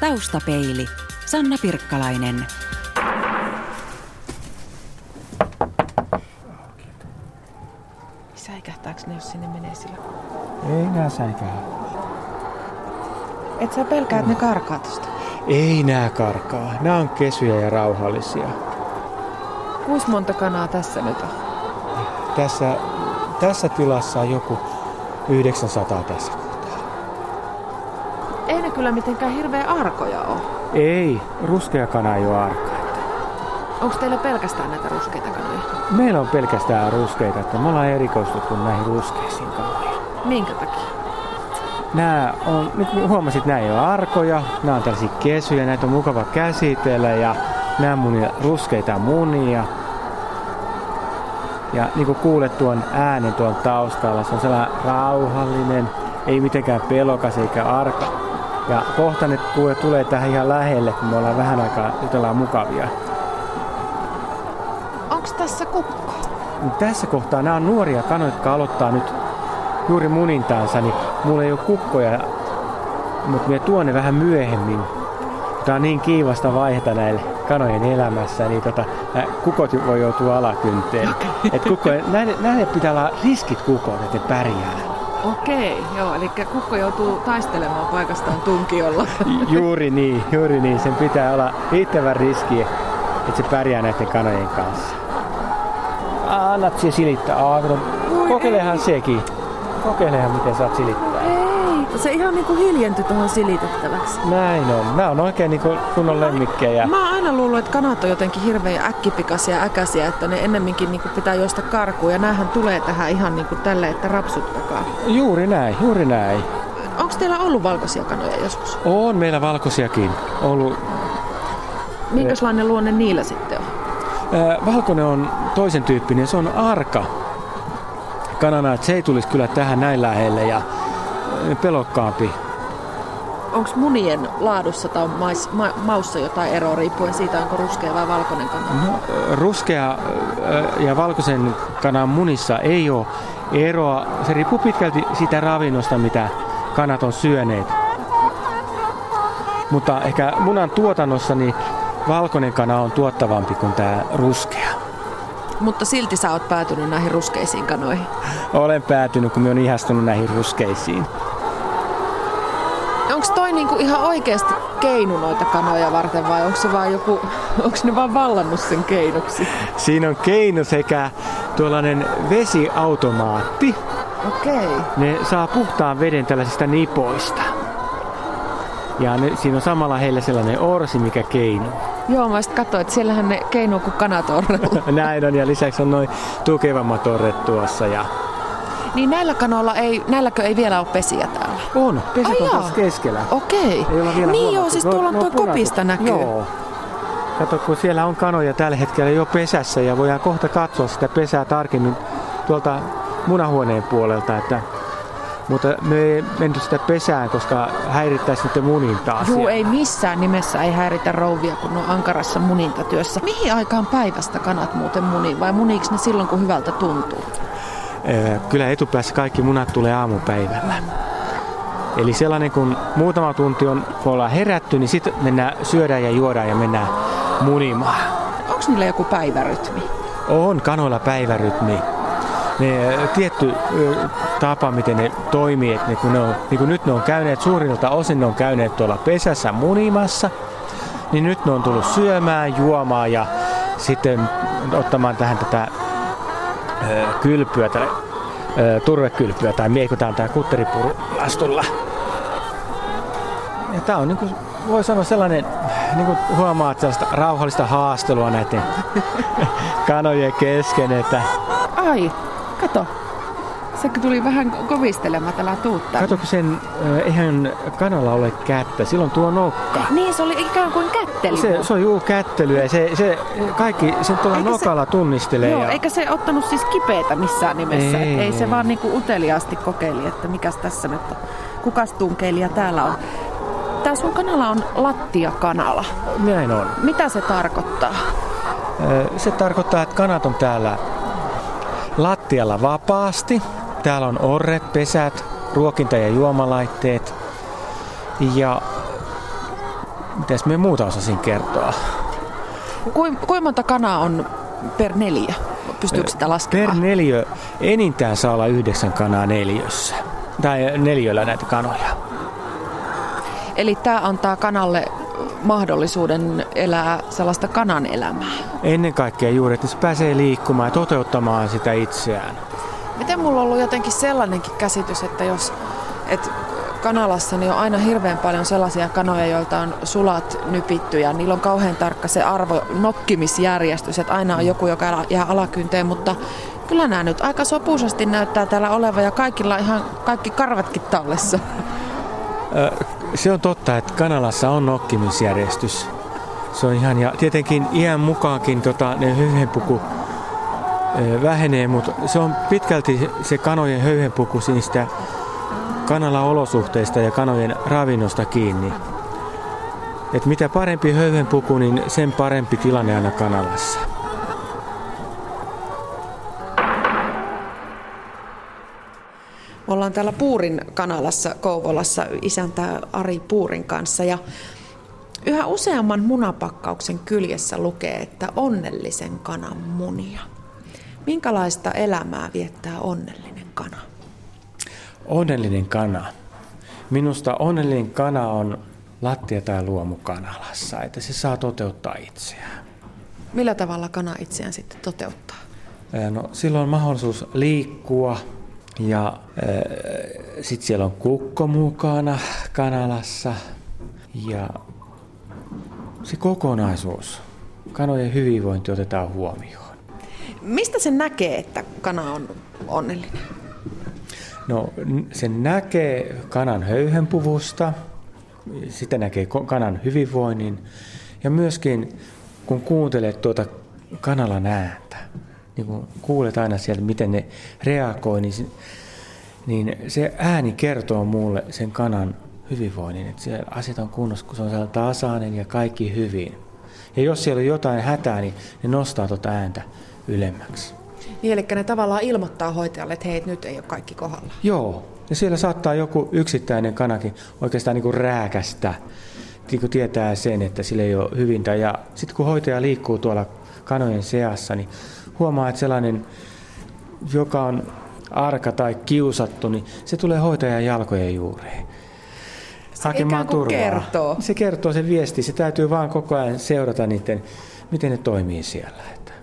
Taustapeili. Sanna Pirkkalainen. Säikähtääkö ne, jos sinne menee sillä? Ei nää säikähä. Et sä pelkää, että ne karkaa tosta? Ei nää karkaa. Nää on kesyjä ja rauhallisia. Kuinka monta kanaa tässä nyt on? Tässä tilassa on joku 900 tässä kohtaa. Ei ne kyllä mitenkään hirveän arkoja ole. Ei, ruskea kana ei ole arka. Onko teillä pelkästään näitä ruskeita kanoja? Meillä on pelkästään ruskeita, että me ollaan erikoistuttu näihin ruskeisiin kanoihin. Minkä takia? Nää on, niin kuin huomasit, nää ei ole arkoja, nää on tällaisia kesyjä, näitä on mukava käsitellä ja nää munia ruskeita munia. Ja niin kuin kuulet tuon äänen tuon taustalla, se on sellainen rauhallinen, ei mitenkään pelokas eikä arka. Ja kohta ne kuulet tulee tähän ihan lähelle, kun me ollaan vähän aikaa jutellaan mukavia. Onks tässä kukko? Tässä kohtaa nämä on nuoria kanoja, jotka aloittaa nyt juuri munintaansa, niin mulla ei ole kukkoja, mutta minä tuon ne vähän myöhemmin. Tämä on niin kiivasta vaihetta näille kanojen elämässä, niin kukot voi joutua alakynteen. Näille pitää olla riskit kukot, että ne pärjää. Okei, joo, eli kukko joutuu taistelemaan paikastaan tunkiolla. Juuri niin. Sen pitää olla riittävän riski, että se pärjää näiden kanojen kanssa. Annat siihen silittää. Kokeilehan sekin. Kokeilehan, miten saat silittää. Ei, se ihan niinku hiljentyi tuohon silitettäväksi. Näin on. Nämä on oikein niinku kunnon lemmikkejä. Mä oon aina luullut, että kanat on jotenkin hirveän äkkipikaisia ja äkäisiä, että ne ennemminkin niinku pitää juosta karkuun. Ja näähän tulee tähän ihan niinku tälle, että rapsuttakaa. Juuri näin. Onko teillä ollut valkoisia kanoja joskus? On meillä valkoisiakin ollut. Minkälainen luonne niillä sitten on? Valkoinen on toisen tyyppinen, se on arka kanana, että se ei tulisi kyllä tähän näin lähelle ja pelokkaampi. Onko munien laadussa tai maussa jotain eroa riippuen siitä, onko ruskea vai valkoinen kana? No, ruskea ja valkoisen kanan munissa ei ole eroa. Se riippuu pitkälti siitä ravinnosta, mitä kanat on syöneet. Mutta ehkä munan tuotannossa niin valkoinen kana on tuottavampi kuin tämä ruskea. Mutta silti sä oot päätynyt näihin ruskeisiin kanoihin. Olen päätynyt, kun mä oon ihastunut näihin ruskeisiin. Onko toi niinku ihan oikeasti keinu noita kanoja varten vai onko se vaan joku, onko ne vaan vallannut sen keinoksi? Siinä on keino sekä tuollainen vesiautomaatti. Okei. Ne saa puhtaan veden tällaisista nipoista. Ja siinä on samalla heillä sellainen orsi, mikä keinuu. Joo, mä sitten katsoin, että siellähän ne keinuu kuin kanatorrella. Näin on, ja lisäksi on noin tukevammat orret tuossa. Ja... Niin näilläkö ei vielä ole pesiä täällä? On, pesät on tuossa keskellä. Okei. Niin joo, siis tuolla on tuo kopista näkyy. Joo. Kato, kun siellä on kanoja tällä hetkellä jo pesässä, ja voidaan kohta katsoa sitä pesää tarkemmin tuolta munahuoneen puolelta, mutta me ei menty sitä pesään, koska häirittäisi niiden munintaa. Juu, ei missään nimessä ei häiritä rouvia, kun on ankarassa munintatyössä. Mihin aikaan päivästä kanat muuten munii, vai muniiko ne silloin, kun hyvältä tuntuu? Kyllä etupäässä kaikki munat tulee aamupäivällä. Eli sellainen, kun muutama tunti on, kun ollaan herätty, niin sitten mennään syödään ja juodaan ja mennään munimaan. Onko niillä joku päivärytmi? On kanoilla päivärytmi. Ne tietty tapa, miten ne toimii, että niin kuin nyt ne on käyneet, suurilta osin ne on käyneet tuolla pesässä munimassa, niin nyt ne on tullut syömään, juomaan ja sitten ottamaan tähän tätä kylpyä, turvekylpyä, tai miekutaan tää kutteripurulastulla. Ja tää on niin kuin, voi sanoa sellainen, niin kuin huomaat sellaista rauhallista haastelua näiden kanojen kesken, että... Ai, kato. Se tuli vähän kovistelematta, älä tuu tänne. Kato, kun sen eihän kanalla ole kättä, silloin tuo nokka. Niin, se oli ikään kuin kättely. Se on juu kättelyä ja se kaikki sen tuolla nokalla tunnistelee. Joo, eikä se ottanut siis kipeätä missään nimessä. Ei se vaan niinku uteliaasti kokeili, että mikäs tässä nyt on. Kukas tunkeilija täällä on? Tää sun kanala on lattiakanala. Näin on. Mitä se tarkoittaa? Se tarkoittaa, että kanat on täällä lattialla vapaasti. Täällä on orret, pesät, ruokinta- ja juomalaitteet. Ja mitäs me muuta osasin kertoa? Kuinka monta kanaa on per neliö? Pystyykö sitä laskemaan? Per neliö enintään saa olla 9 kanaa neliössä. Tai neliöllä näitä kanoja. Eli tämä antaa kanalle mahdollisuuden elää sellaista kanan elämää. Ennen kaikkea juuri, että se pääsee liikkumaan ja toteuttamaan sitä itseään. Miten mulla on ollut jotenkin sellainenkin käsitys, että kanalassa niin on aina hirveän paljon sellaisia kanoja, joilta on sulat nypitty ja niillä on kauhean tarkka se nokkimisjärjestys, että aina on joku, joka jää alakynteen, mutta kyllä nämä nyt aika sopuisasti näyttää täällä olevan ja kaikilla ihan kaikki karvatkin tallessa. Se on totta, että kanalassa on nokkimisjärjestys. Se on ihan, ja tietenkin iän mukaankin ne höyhenpuku vähenee, mutta se on pitkälti se kanojen höyhenpuku niistä kanalaolosuhteista ja kanojen ravinnosta kiinni. Et mitä parempi höyhenpuku, niin sen parempi tilanne aina kanalassa. Ollaan täällä Puurin kanalassa Kouvolassa isäntä Ari Puurin kanssa ja yhä useamman munapakkauksen kyljessä lukee, että onnellisen kanan munia. Minkälaista elämää viettää onnellinen kana? Onnellinen kana. Minusta onnellinen kana on lattia- tai luomukanalassa, että se saa toteuttaa itseään. Millä tavalla kana itseään sitten toteuttaa? No, silloin on mahdollisuus liikkua ja sitten siellä on kukko mukana kanalassa ja se kokonaisuus, kanojen hyvinvointi otetaan huomioon. Mistä sen näkee, että kana on onnellinen? No, sen näkee kanan höyhenpuvusta, sitä näkee kanan hyvinvoinnin ja myöskin kun kuuntelet kanalan ääntä, niin kun kuulet aina sieltä, miten ne reagoi, niin se ääni kertoo mulle sen kanan hyvinvoinnin, että siellä asiat on kunnossa, kun se on siellä tasainen ja kaikki hyvin. Ja jos siellä on jotain hätää, niin ne nostaa ääntä ylemmäksi. Niin, eli ne tavallaan ilmoittaa hoitajalle, että hei, nyt ei ole kaikki kohdalla. Joo, ja siellä saattaa joku yksittäinen kanakin oikeastaan niin kuin rääkästä, niin kuin tietää sen, että sillä ei ole hyvintä. Ja sitten kun hoitaja liikkuu tuolla kanojen seassa, niin huomaa, että sellainen, joka on arka tai kiusattu, niin se tulee hoitajan jalkojen juureen. Hakemaan turvaa. Kertoo. Se kertoo sen viesti. Se täytyy vaan koko ajan seurata niiden, miten ne toimii siellä.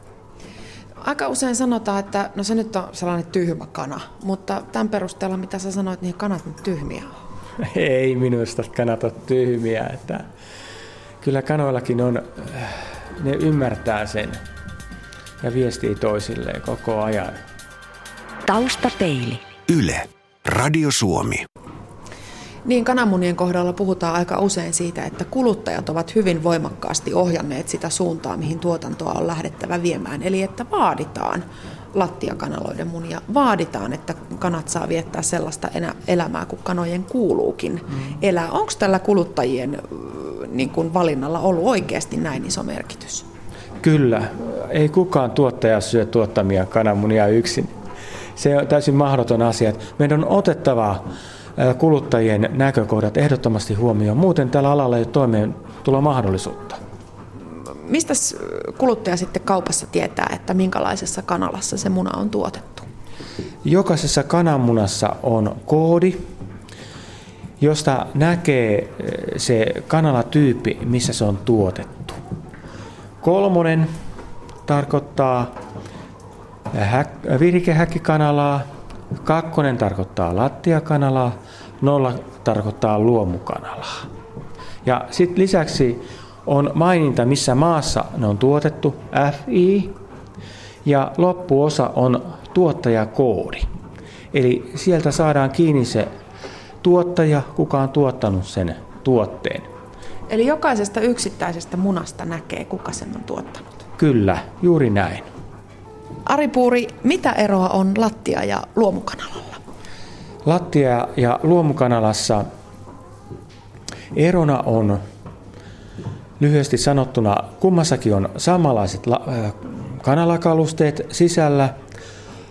Aika usein sanotaan, että no se nyt on sellainen tyhmä kana, mutta tämän perusteella, mitä sä sanoit, niin kanat nyt tyhmiä on. Ei minusta kanat ole tyhmiä. Että kyllä kanoillakin on, ne ymmärtää sen ja viestii toisilleen koko ajan. Taustapeili. Yle. Radio Suomi. Niin, kananmunien kohdalla puhutaan aika usein siitä, että kuluttajat ovat hyvin voimakkaasti ohjanneet sitä suuntaa, mihin tuotantoa on lähdettävä viemään. Eli että vaaditaan lattiakanaloiden munia, vaaditaan, että kanat saa viettää sellaista elämää, kuin kanojen kuuluukin elää. Onko tällä kuluttajien niin kuin valinnalla ollut oikeasti näin iso merkitys? Kyllä. Ei kukaan tuottaja syö tuottamia kananmunia yksin. Se on täysin mahdoton asia. Meidän on otettava kuluttajien näkökohdat ehdottomasti huomioon. Muuten tällä alalla ei ole toimeentulomahdollisuutta. Mistä kuluttaja sitten kaupassa tietää, että minkälaisessa kanalassa se muna on tuotettu? Jokaisessa kananmunassa on koodi, josta näkee se kanalatyyppi, missä se on tuotettu. 3 tarkoittaa virikehäkkikanalaa, 2 tarkoittaa lattiakanalaa, 0 tarkoittaa luomukanalaa. Ja sitten lisäksi on maininta, missä maassa ne on tuotettu, FI, ja loppuosa on tuottajakoodi. Eli sieltä saadaan kiinni se tuottaja, kuka on tuottanut sen tuotteen. Eli jokaisesta yksittäisestä munasta näkee, kuka sen on tuottanut. Kyllä, juuri näin. Ari Puuri, mitä eroa on lattia- ja luomukanalalla? Lattia- ja luomukanalassa erona on lyhyesti sanottuna, kummassakin on samanlaiset kanalakalusteet sisällä.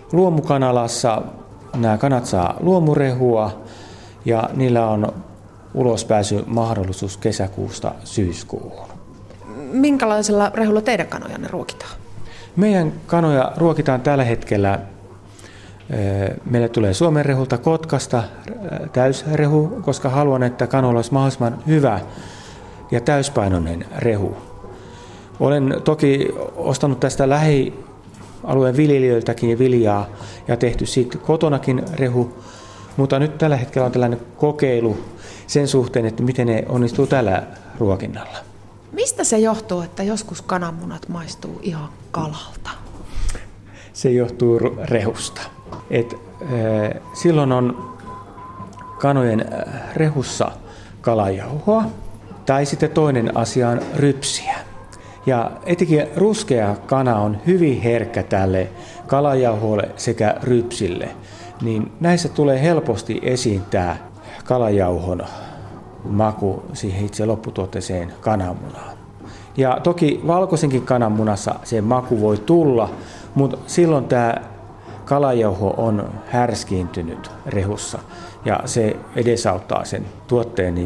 Luomukanalassa nämä kanat saa luomurehua ja niillä on ulospääsymahdollisuus kesäkuusta syyskuuhun. Minkälaisella rehulla teidän kanojanne ruokitaan? Meidän kanoja ruokitaan tällä hetkellä. Meille tulee Suomen rehulta Kotkasta täysrehu, koska haluan, että kanoilla olisi mahdollisimman hyvä ja täyspainoinen rehu. Olen toki ostanut tästä lähialueen viljelijöiltäkin viljaa ja tehty siitä kotonakin rehu, mutta nyt tällä hetkellä on tällainen kokeilu sen suhteen, että miten ne onnistuu tällä ruokinnalla. Mistä se johtuu, että joskus kananmunat maistuu ihan kalalta? Se johtuu rehusta. Silloin on kanojen rehussa kalajauhoa tai sitten toinen asia on rypsiä. Ja etenkin ruskea kana on hyvin herkkä tälle kalajauholle sekä rypsille. Niin näissä tulee helposti esiin tämä kalajauhon maku siihen itse lopputuotteeseen kananmunaan. Ja toki valkoisenkin kananmunassa se maku voi tulla, mutta silloin tämä kalajauho on härskiintynyt rehussa ja se edesauttaa sen tuotteen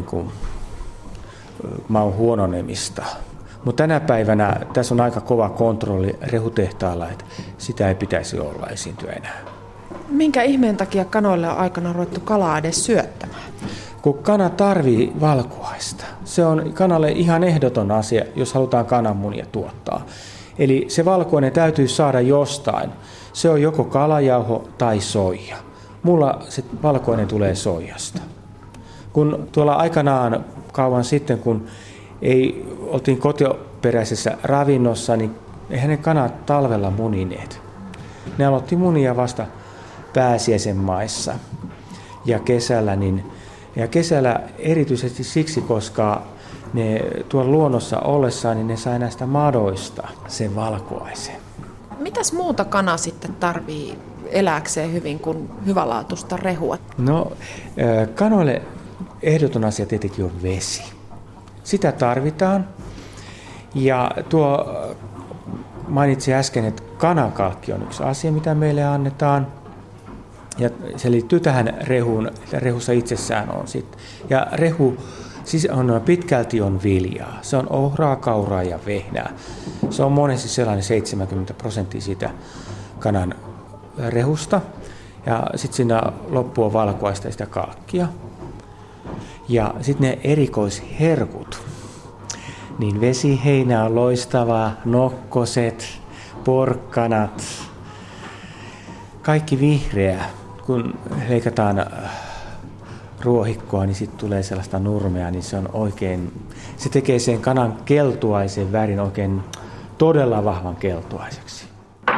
maun huononemista. Mutta tänä päivänä tässä on aika kova kontrolli rehutehtaalla, että sitä ei pitäisi olla esiintyä enää. Minkä ihmeen takia kanoille on aikana ruvettu kalaa edes syöttämään? Kun kana tarvii valkuaista. Se on kanalle ihan ehdoton asia, jos halutaan kananmunia tuottaa. Eli se valkuainen täytyy saada jostain. Se on joko kalajauho tai soija. Mulla se valkuainen tulee soijasta. Kun tuolla aikanaan kauan sitten, kun oltiin kotiperäisessä ravinnossa, niin eihän ne kanat talvella munineet. Ne aloitti munia vasta pääsiäisen maissa ja kesällä erityisesti siksi, koska ne tuolla luonnossa ollessaan, niin ne sai näistä madoista sen valkuaisen. Mitäs muuta kana sitten tarvii elääkseen hyvin kuin hyvälaatuista rehua? No, kanoille ehdoton asia tietenkin on vesi. Sitä tarvitaan. Ja mainitsin äsken, että kanakalkki on yksi asia, mitä meille annetaan. Ja se liittyy tähän rehuun. Rehussa itsessään on sitten. Ja rehu siis pitkälti on viljaa. Se on ohraa, kauraa ja vehnää. Se on monesti sellainen 70% siitä kanan rehusta. Ja sitten siinä loppu on valkuaista ja sitä kalkkia. Ja sitten ne erikoisherkut. Niin vesiheinä on loistavaa, nokkoset, porkkanat, kaikki vihreää. Kun leikataan ruohikkoa, niin sitten tulee sellaista nurmea, niin se on oikein, se tekee sen kanan keltuaisen värin oikein todella vahvan keltuaiseksi.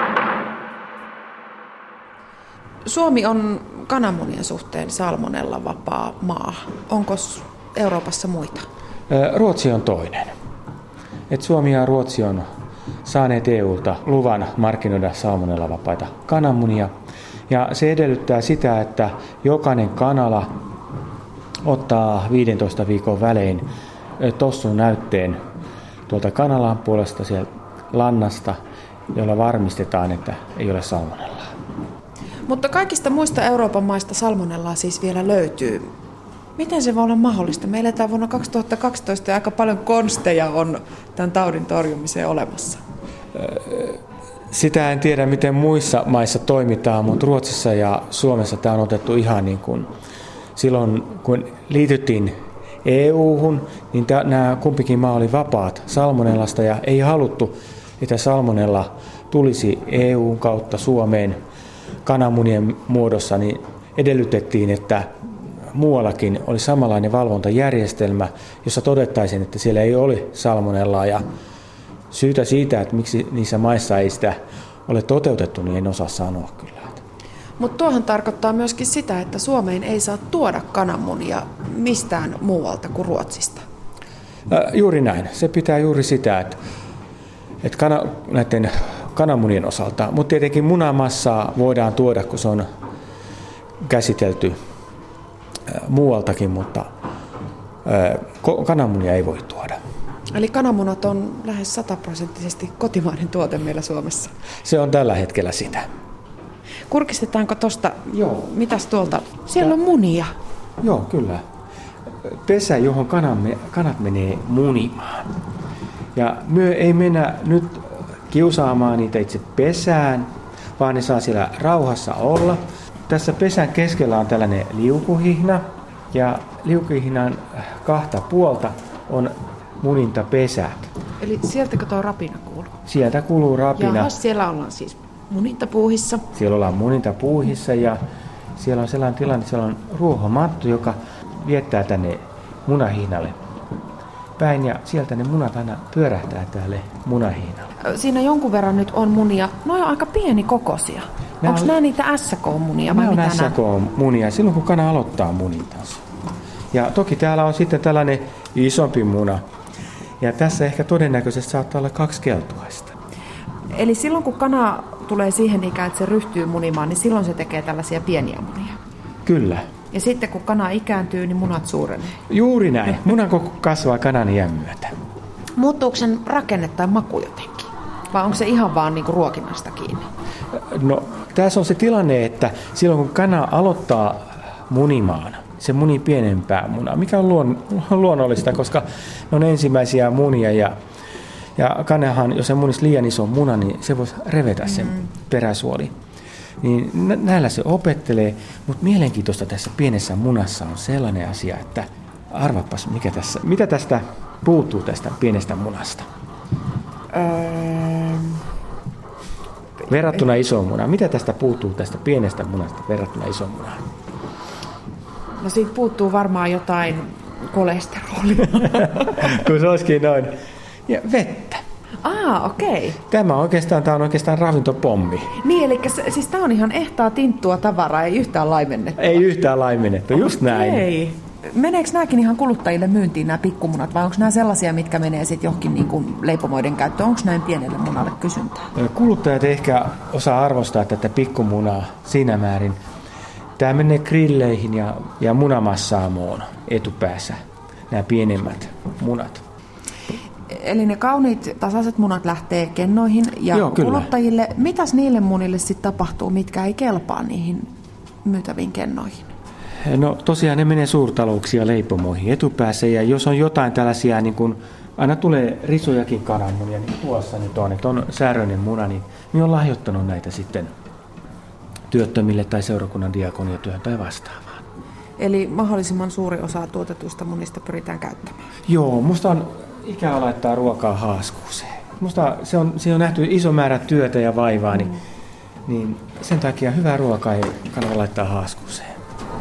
Suomi on kananmunien suhteen salmonella vapaa maa. Onko Euroopassa muita? Ruotsi on toinen. Suomi ja Ruotsi on saaneet EUlta luvan markkinoida salmonella vapaita kananmunia. Ja se edellyttää sitä, että jokainen kanala ottaa 15 viikon välein tossun näytteen tuolta kanalan puolesta sieltä lannasta, jolla varmistetaan, että ei ole salmonellaa. Mutta kaikista muista Euroopan maista salmonellaa siis vielä löytyy. Miten se voi olla mahdollista? Me eletään vuonna 2012 ja aika paljon konsteja on tämän taudin torjumiseen olemassa. Sitä en tiedä, miten muissa maissa toimitaan, mutta Ruotsissa ja Suomessa tämä on otettu ihan niin kuin silloin, kun liityttiin EU-hun, niin nämä kumpikin maa oli vapaat salmonellasta ja ei haluttu, että salmonella tulisi EUn kautta Suomeen kananmunien muodossa, niin edellytettiin, että muuallakin oli samanlainen valvontajärjestelmä, jossa todettaisiin, että siellä ei ole salmonellaa ja syytä siitä, että miksi niissä maissa ei sitä ole toteutettu, niin en osaa sanoa kyllä. Mutta tuohan tarkoittaa myöskin sitä, että Suomeen ei saa tuoda kananmunia mistään muualta kuin Ruotsista. Juuri näin. Se pitää juuri sitä, että näiden kananmunien osalta, mutta tietenkin munamassaa voidaan tuoda, kun se on käsitelty muualtakin, mutta kananmunia ei voi tuoda. Eli kananmunat on lähes 100% kotimainen tuote meillä Suomessa. Se on tällä hetkellä sitä. Kurkistetaanko tuosta? Joo. Mitäs tuolta? Siellä on munia. Joo, kyllä. pesä, johon kanat menee munimaan. Ja me ei mennä nyt kiusaamaan niitä itse pesään, vaan ne saa siellä rauhassa olla. Tässä pesän keskellä on tällainen liukuhihna, ja liukuhihnan kahta puolta on munintapesät. Eli sieltäkö tuo rapina kuuluu? Sieltä kuuluu rapina. Jaha, siellä ollaan siis munintapuuhissa. Siellä ollaan munintapuuhissa ja siellä on sellainen tilanne, että siellä on ruohomatto, joka viettää tänne munahihnalle päin ja sieltä ne munat aina pyörähtää tälle munahihnalle. Siinä jonkun verran nyt on munia. Ne on aika pienikokoisia. Onko nämä niitä SK-munia vai mitä nämä? Nämä on SK-munia silloin, kun kana aloittaa munintansa. Ja toki täällä on sitten tällainen isompi muna. Ja tässä ehkä todennäköisesti saattaa olla 2 keltuaista. Eli silloin, kun kana tulee siihen ikään, että se ryhtyy munimaan, niin silloin se tekee tällaisia pieniä munia. Kyllä. Ja sitten, kun kana ikääntyy, niin munat suurenee. Juuri näin. Munan koko kasvaa kanan iän myötä. Muuttuuko sen rakenne tai maku jotenkin? Vai onko se ihan vaan niinku ruokinnasta kiinni? No, tässä on se tilanne, että silloin kun kana aloittaa munimaan, se munii pienempää munaa, mikä on luonnollista, koska ne on ensimmäisiä munia ja kanahan, jos se munisi liian iso muna, niin se voisi revetä sen peräsuoli. Niin näillä se opettelee, mutta mielenkiintoista tässä pienessä munassa on sellainen asia, että arvapas mitä tästä puuttuu tästä pienestä munasta. Verrattuna isoon munaan. Mitä tästä puuttuu tästä pienestä munasta verrattuna isoon munaan? No siitä puuttuu varmaan jotain kolesterolia. Kun se olisikin noin. Ja vettä. Okei. Tämä on oikeastaan ravintopommi. Niin, eli siis tämä on ihan ehtaa tinttua tavaraa, ei yhtään laimennettua. Ei yhtään laimennettua, just näin. Okei. Meneekö nämäkin ihan kuluttajille myyntiin nämä pikkumunat, vai onko nämä sellaisia, mitkä menee sitten johonkin niin kuin leipomoiden käyttöön? Onko näin pienelle munalle kysyntää? Kuluttajat ehkä osaa arvostaa tätä pikkumunaa siinä määrin. Tämä menee grilleihin ja munamassaamoon etupäässä, nämä pienemmät munat. Eli ne kauniit tasaiset munat lähtee kennoihin ja Joo, kuluttajille. Mitäs niille munille sitten tapahtuu, mitkä ei kelpaa niihin myytäviin kennoihin? No tosiaan ne menee suurtalouksia leipomoihin etupäässä ja jos on jotain tällaisia, niin kun aina tulee risojakin kananmunia, niin tuossa nyt on, että on säröinen muna, niin on lahjoittanut näitä sitten työttömille tai seurakunnan diakoniatyöhön tai vastaavaan. Eli mahdollisimman suuri osa tuotetuista munista pyritään käyttämään? Joo, musta on ikävä laittaa ruokaa haaskuuseen. Musta siinä on nähty iso määrä työtä ja vaivaa, niin sen takia hyvää ruokaa ei kannata laittaa haaskuuseen.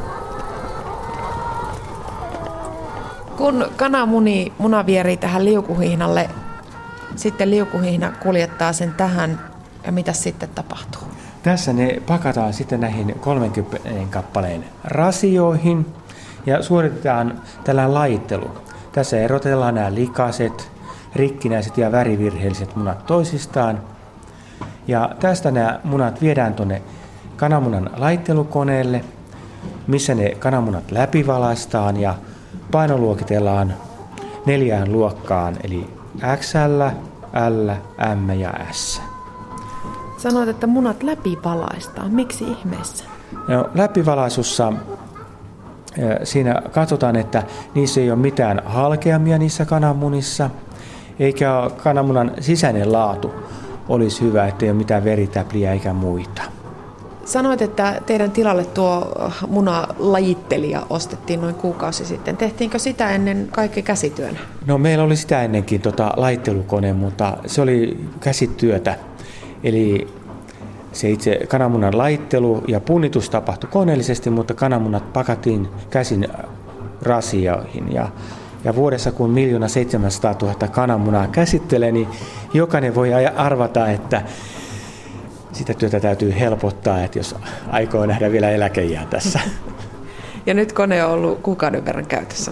Kun muna vierii tähän liukuhihnalle, sitten liukuhihna kuljettaa sen tähän ja mitä sitten tapahtuu? Tässä ne pakataan sitten näihin 30 kappaleen rasioihin ja suoritetaan tällainen lajittelu. Tässä erotellaan nämä likaiset, rikkinäiset ja värivirheelliset munat toisistaan. Ja tästä nämä munat viedään tuonne kananmunan laittelukoneelle, missä ne kananmunat läpivalaistaan ja painoluokitellaan 4 luokkaan, eli XL, L, M ja S. Sanoit, että munat läpivalaistaan. Miksi ihmeessä? No, läpivalaisussa siinä katsotaan, että niissä ei ole mitään halkeamia niissä kananmunissa, eikä kananmunan sisäinen laatu olisi hyvä, ettei ole mitään veritäpliä eikä muita. Sanoit, että teidän tilalle tuo munalajittelija ostettiin noin kuukausi sitten. Tehtiinkö sitä ennen kaikki käsityönä? No meillä oli sitä ennenkin laittelukone, mutta se oli käsityötä. Eli se itse kananmunan laittelu ja punnitus tapahtui koneellisesti, mutta kananmunat pakattiin käsin rasioihin. Ja vuodessa kun 1 700 000 kananmunaa käsittelee, niin jokainen voi arvata, että sitä työtä täytyy helpottaa, että jos aikoo nähdä vielä eläkeiää tässä. Ja nyt kone on ollut kuukauden verran käytössä.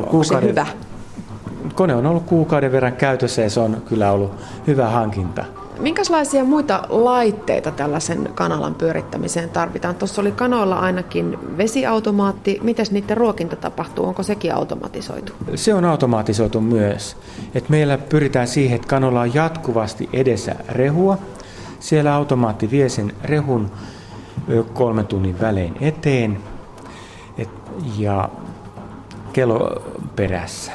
Kone on ollut kuukauden verran käytössä ja se on kyllä ollut hyvä hankinta. Minkälaisia muita laitteita tällaisen kanalan pyörittämiseen tarvitaan? Tuossa oli kanoilla ainakin vesiautomaatti. Mites niiden ruokinta tapahtuu? Onko sekin automatisoitu? Se on automatisoitu myös. Et meillä pyritään siihen, että kanoilla on jatkuvasti edessä rehua. Siellä automaatti vie sen rehun 3 tunnin välein eteen. Ja kello perässä.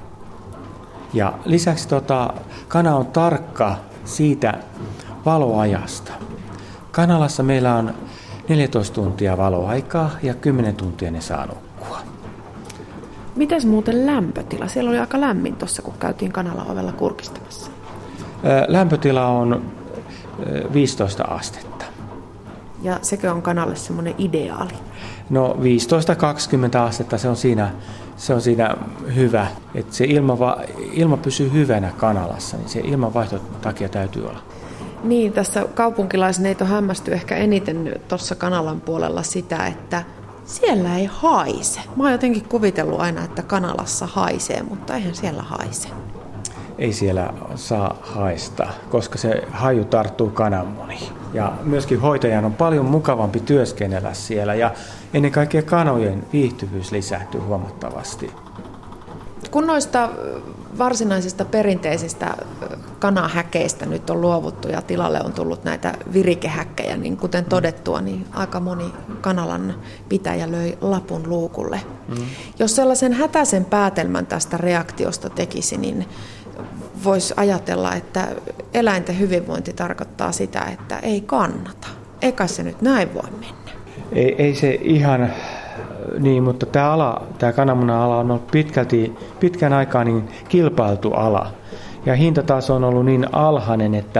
Ja lisäksi kana on tarkka siitä valoajasta. Kanalassa meillä on 14 tuntia valoaikaa ja 10 tuntia ne saa nukkua. Mites muuten lämpötila? Siellä oli aika lämmin tuossa, kun käytiin kanalan ovella kurkistamassa. Lämpötila on 15 astetta. Ja sekö on kanalle semmoinen ideaali? No 15-20 astetta se on siinä hyvä. Että se ilma pysyy hyvänä kanalassa, niin se ilmanvaihdon takia täytyy olla. Niin, tässä kaupunkilaisneito hämmästyi ehkä eniten tuossa kanalan puolella sitä, että siellä ei haise. Mä oon jotenkin kuvitellut aina, että kanalassa haisee, mutta eihän siellä haise. Ei siellä saa haista, koska se haju tarttuu kananmuniin. Ja myöskin hoitajan on paljon mukavampi työskennellä siellä ja ennen kaikkea kanojen viihtyvyys lisääntyy huomattavasti. Kun noista varsinaisista perinteisistä kanahäkeistä nyt on luovuttu ja tilalle on tullut näitä virikehäkkejä, niin kuten todettua, niin aika moni kanalan pitäjä löi lapun luukulle. Jos sellaisen hätäisen päätelmän tästä reaktiosta tekisi, niin voisi ajatella, että eläinten hyvinvointi tarkoittaa sitä, että ei kannata. Eikä se nyt näin voi mennä. Ei se ihan niin, mutta tämä kananmuna-ala on ollut pitkän aikaa niin kilpailtu ala. Ja hinta taas on ollut niin alhainen, että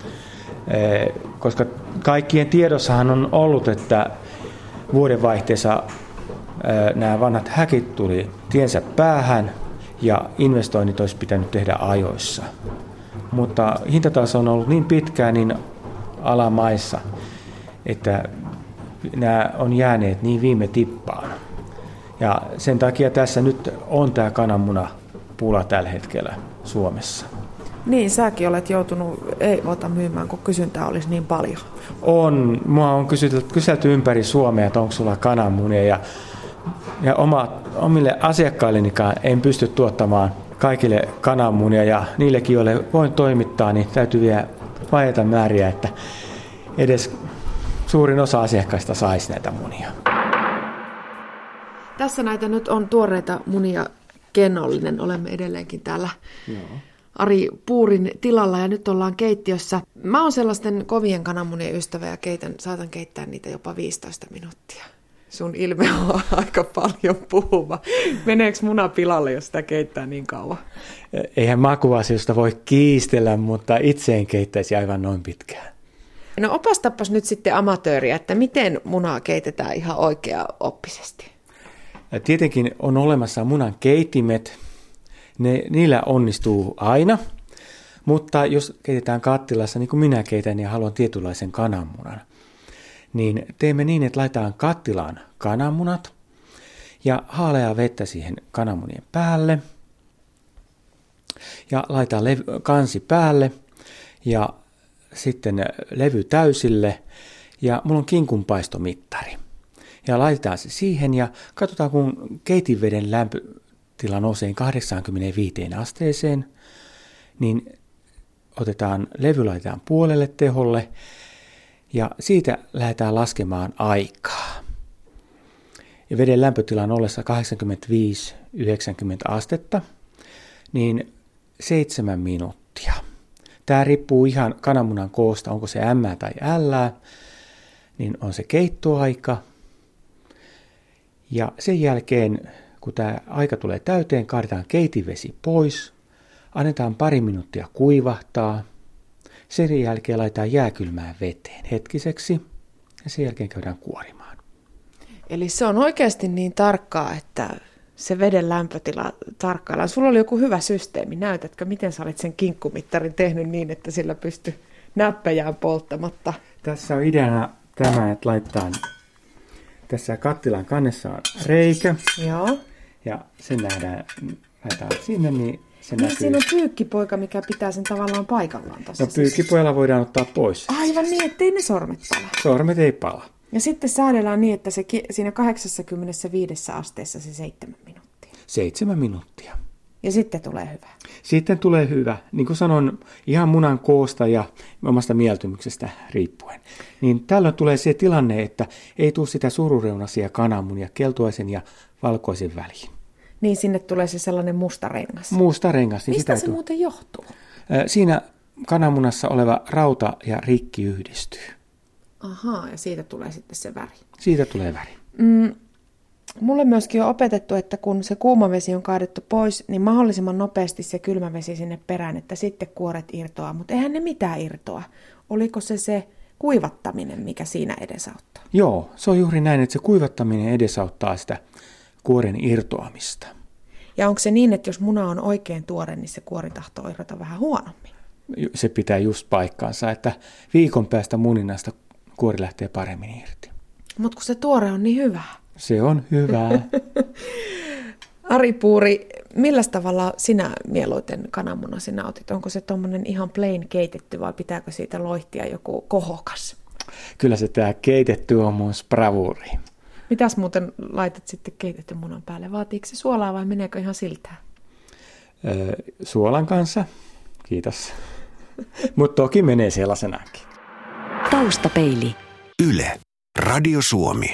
koska kaikkien tiedossahan on ollut, että vuodenvaihteessa nämä vanhat häkit tuli tiensä päähän ja investoinnit olisi pitänyt tehdä ajoissa. Mutta hintataso on ollut niin pitkään niin alamaissa, että nämä on jääneet niin viime tippaan. Ja sen takia tässä nyt on tämä kananmunapula tällä hetkellä Suomessa. Niin, säkin olet joutunut ei-ota myymään, kun kysyntää olisi niin paljon. On. Mua on kyselty ympäri Suomea, että onko sulla kananmunia. Ja omille asiakkaillenikaan en pysty tuottamaan kaikille kananmunia. Ja niillekin, joille voin toimittaa, niin täytyy vielä vaieta määriä, että edes suurin osa asiakkaista saisi näitä munia. Tässä näitä nyt on tuoreita munia Kennollinen. Olemme edelleenkin täällä Ari Puurin tilalla ja nyt ollaan keittiössä. Mä oon sellaisten kovien kananmunien ystävä ja saatan keittää niitä jopa 15 minuuttia. Sun ilme on aika paljon puhuva. Meneekö muna pilalle, jos sitä keittää niin kauan? Eihän makuasioista voi kiistellä, mutta itse en keittäisi aivan noin pitkään. No opastapas nyt sitten amatööriä, että miten munaa keitetään ihan oikeaoppisesti. Tietenkin on olemassa munan keitimet. Niillä onnistuu aina, mutta jos keitetään kattilassa, niin kuin minä keitän ja haluan tietynlaisen kananmunan, niin teemme niin, että laitetaan kattilaan kananmunat ja haaleaa vettä siihen kananmunien päälle ja laitetaan kansi päälle ja sitten levy täysille ja mulla on kinkunpaistomittari. Ja laitetaan se siihen ja katsotaan, kun keitinveden lämpötila nousee 85 asteeseen, niin laitetaan puolelle teholle ja siitä lähdetään laskemaan aikaa. Ja veden lämpötilan ollessa 85-90 astetta, niin 7 minuuttia. Tämä riippuu ihan kananmunan koosta, onko se M tai L, niin on se keittoaika. Ja sen jälkeen, kun tämä aika tulee täyteen, kaadetaan keitinvesi pois, annetaan pari minuuttia kuivahtaa. Sen jälkeen laitetaan jääkylmään veteen hetkiseksi ja sen jälkeen käydään kuorimaan. Eli se on oikeasti niin tarkkaa, että se veden lämpötila tarkkaillaan. Sulla oli joku hyvä systeemi. Näytätkö, miten sä olit sen kinkkumittarin tehnyt niin, että sillä pystyi näppejään polttamatta? Tässä on ideana tämä, että laitetaan tässä kattilan kannessa on reikä. Joo. Ja sen laitetaan sinne, niin se näkyy. Siinä on pyykkipoika, mikä pitää sen tavallaan paikallaan tuossa. No pyykkipojalla voidaan ottaa pois. Aivan niin, ettei ne sormet pala. Sormet ei pala. Ja sitten säädellään niin, että se siinä 85 asteessa se 7 minuuttia. 7 minuuttia. Ja sitten tulee hyvä. Sitten tulee hyvä. Niin kuin sanon, ihan munan koosta ja omasta mieltymyksestä riippuen. Niin tällöin tulee se tilanne, että ei tule sitä surureunaisia kananmunia keltuaisen ja valkoisen väliin. Niin sinne tulee se sellainen musta rengas. Musta rengas. Niin mistä se muuten johtuu? Siinä kananmunassa oleva rauta ja rikki yhdistyy. Ahaa, ja siitä tulee sitten se väri. Siitä tulee väri. Mulle myöskin on opetettu, että kun se kuuma vesi on kaadettu pois, niin mahdollisimman nopeasti se kylmä vesi sinne perään, että sitten kuoret irtoaa. Mutta eihän ne mitään irtoa. Oliko se kuivattaminen, mikä siinä edesauttaa? Joo, se on juuri näin, että se kuivattaminen edesauttaa sitä kuoren irtoamista. Ja onko se niin, että jos muna on oikein tuore, niin se kuori tahtoo irrota vähän huonommin? Se pitää just paikkaansa, että viikon päästä muninnasta kuori lähtee paremmin irti. Mutta kun se tuore on niin hyvä. Se on hyvää. Ari Puuri, millä tavalla sinä mieluiten kananmunasi nautit? Onko se tuommoinen ihan plain keitetty vai pitääkö siitä loihtia joku kohokas? Kyllä se tämä keitetty on mun spravuuri. Mitäs muuten laitat sitten keitetty munan päälle? Vaatiiko se suolaa vai meneekö ihan siltään? Suolan kanssa, kiitos. Mutta toki menee sellaisenakin. Taustapeili. Yle, Radio Suomi.